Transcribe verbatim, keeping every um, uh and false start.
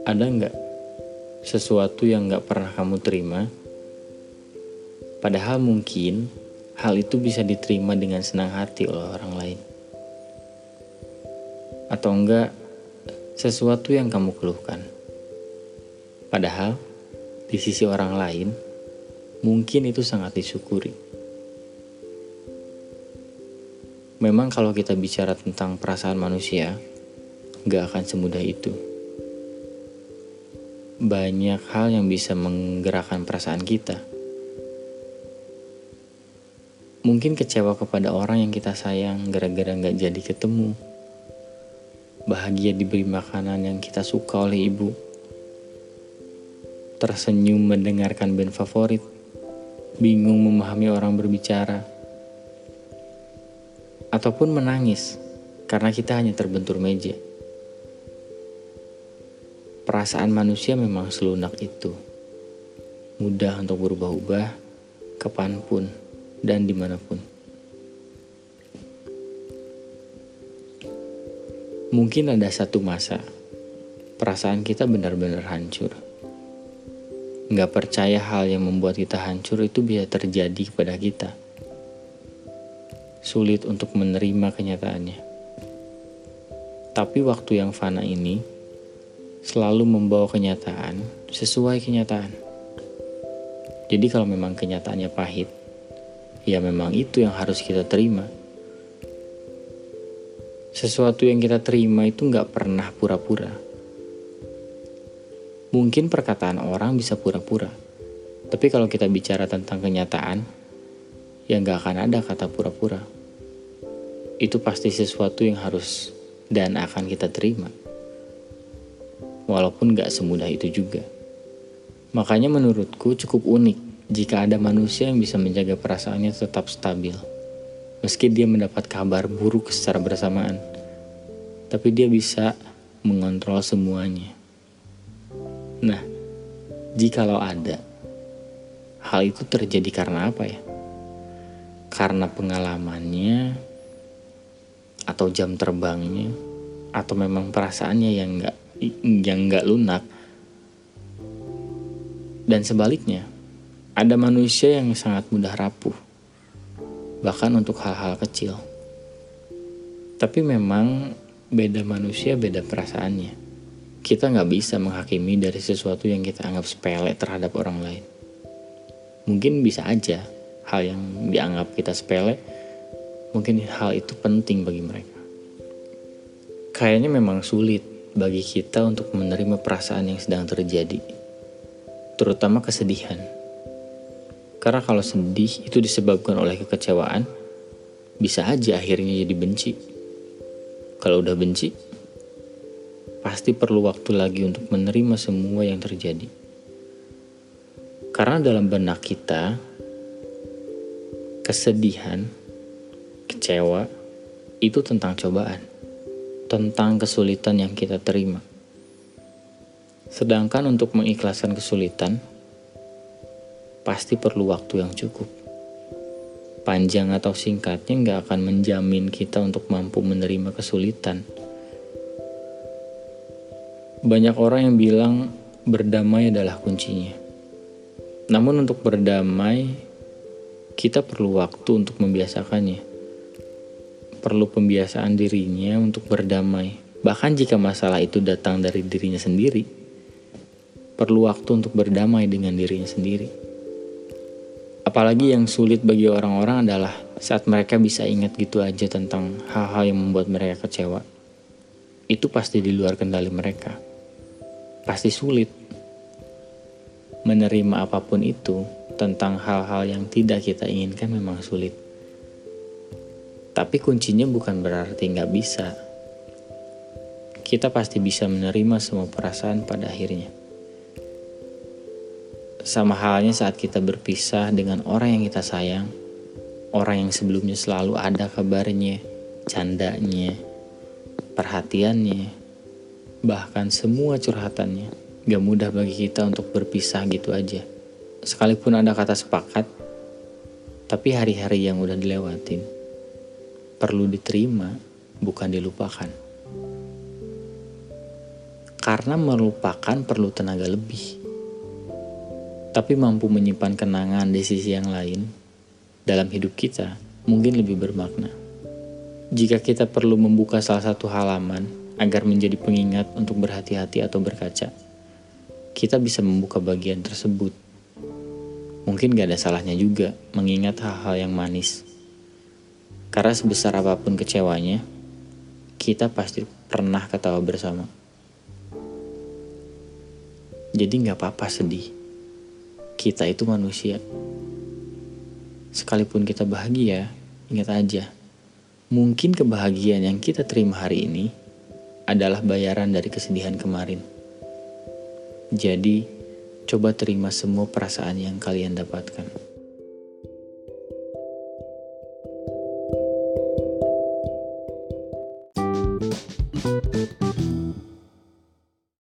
Ada nggak sesuatu yang nggak pernah kamu terima, padahal mungkin hal itu bisa diterima dengan senang hati oleh orang lain? Atau enggak sesuatu yang kamu keluhkan, padahal di sisi orang lain mungkin itu sangat disyukuri. Memang kalau kita bicara tentang perasaan manusia, nggak akan semudah itu. Banyak hal yang bisa menggerakkan perasaan kita. Mungkin kecewa kepada orang yang kita sayang gara-gara gak jadi ketemu. Bahagia diberi makanan yang kita suka oleh ibu. Tersenyum mendengarkan band favorit. Bingung memahami orang berbicara. Ataupun menangis karena kita hanya terbentur meja. Perasaan manusia memang selunak itu. Mudah untuk berubah-ubah, kapanpun dan dimanapun. Mungkin ada satu masa, perasaan kita benar-benar hancur. Gak percaya hal yang membuat kita hancur itu bisa terjadi kepada kita. Sulit untuk menerima kenyataannya. Tapi waktu yang fana ini selalu membawa kenyataan sesuai kenyataan. Jadi kalau memang kenyataannya pahit, ya memang itu yang harus kita terima. Sesuatu yang kita terima itu gak pernah pura-pura. Mungkin perkataan orang bisa pura-pura, tapi kalau kita bicara tentang kenyataan, ya gak akan ada kata pura-pura. Itu pasti sesuatu yang harus dan akan kita terima. Walaupun gak semudah itu juga. Makanya menurutku cukup unik jika ada manusia yang bisa menjaga perasaannya tetap stabil. Meski dia mendapat kabar buruk secara bersamaan, tapi dia bisa mengontrol semuanya. Nah, jikalau ada, hal itu terjadi karena apa ya? Karena pengalamannya, atau jam terbangnya, atau memang perasaannya yang gak yang gak lunak. Dan sebaliknya, ada manusia yang sangat mudah rapuh, bahkan untuk hal-hal kecil. Tapi memang beda manusia, beda perasaannya. Kita gak bisa menghakimi dari sesuatu yang kita anggap sepele terhadap orang lain. Mungkin bisa aja hal yang dianggap kita sepele, mungkin hal itu penting bagi mereka. Kayaknya memang sulit bagi kita untuk menerima perasaan yang sedang terjadi, terutama kesedihan. Karena kalau sedih itu disebabkan oleh kekecewaan, bisa aja akhirnya jadi benci. Kalau udah benci, pasti perlu waktu lagi untuk menerima semua yang terjadi. Karena dalam benak kita, kesedihan, kecewa, itu tentang cobaan. Tentang kesulitan yang kita terima. Sedangkan untuk mengikhlaskan kesulitan, pasti perlu waktu yang cukup. Panjang atau singkatnya gak akan menjamin kita untuk mampu menerima kesulitan. Banyak orang yang bilang berdamai adalah kuncinya. Namun untuk berdamai, kita perlu waktu untuk membiasakannya. Perlu pembiasaan dirinya untuk berdamai. Bahkan jika masalah itu datang dari dirinya sendiri, perlu waktu untuk berdamai dengan dirinya sendiri. Apalagi yang sulit bagi orang-orang adalah saat mereka bisa ingat gitu aja tentang hal-hal yang membuat mereka kecewa. Itu pasti di luar kendali mereka. Pasti sulit menerima apapun itu tentang hal-hal yang tidak kita inginkan. Memang sulit. Tapi kuncinya bukan berarti gak bisa. Kita pasti bisa menerima semua perasaan pada akhirnya. Sama halnya saat kita berpisah dengan orang yang kita sayang. Orang yang sebelumnya selalu ada kabarnya, candanya, perhatiannya, bahkan semua curhatannya. Gak mudah bagi kita untuk berpisah gitu aja. Sekalipun ada kata sepakat, tapi hari-hari yang udah dilewatin perlu diterima, bukan dilupakan. karena melupakan perlu tenaga lebih. Tapi mampu menyimpan kenangan di sisi yang lain dalam hidup kita mungkin lebih bermakna. Jika kita perlu membuka salah satu halaman agar menjadi pengingat untuk berhati-hati atau berkaca, kita bisa membuka bagian tersebut. Mungkin gak ada salahnya juga mengingat hal-hal yang manis. Karena sebesar apapun kecewanya, kita pasti pernah ketawa bersama. Jadi gak apa-apa sedih. Kita itu manusia. Sekalipun kita bahagia, ingat aja, mungkin kebahagiaan yang kita terima hari ini adalah bayaran dari kesedihan kemarin. Jadi, coba terima semua perasaan yang kalian dapatkan.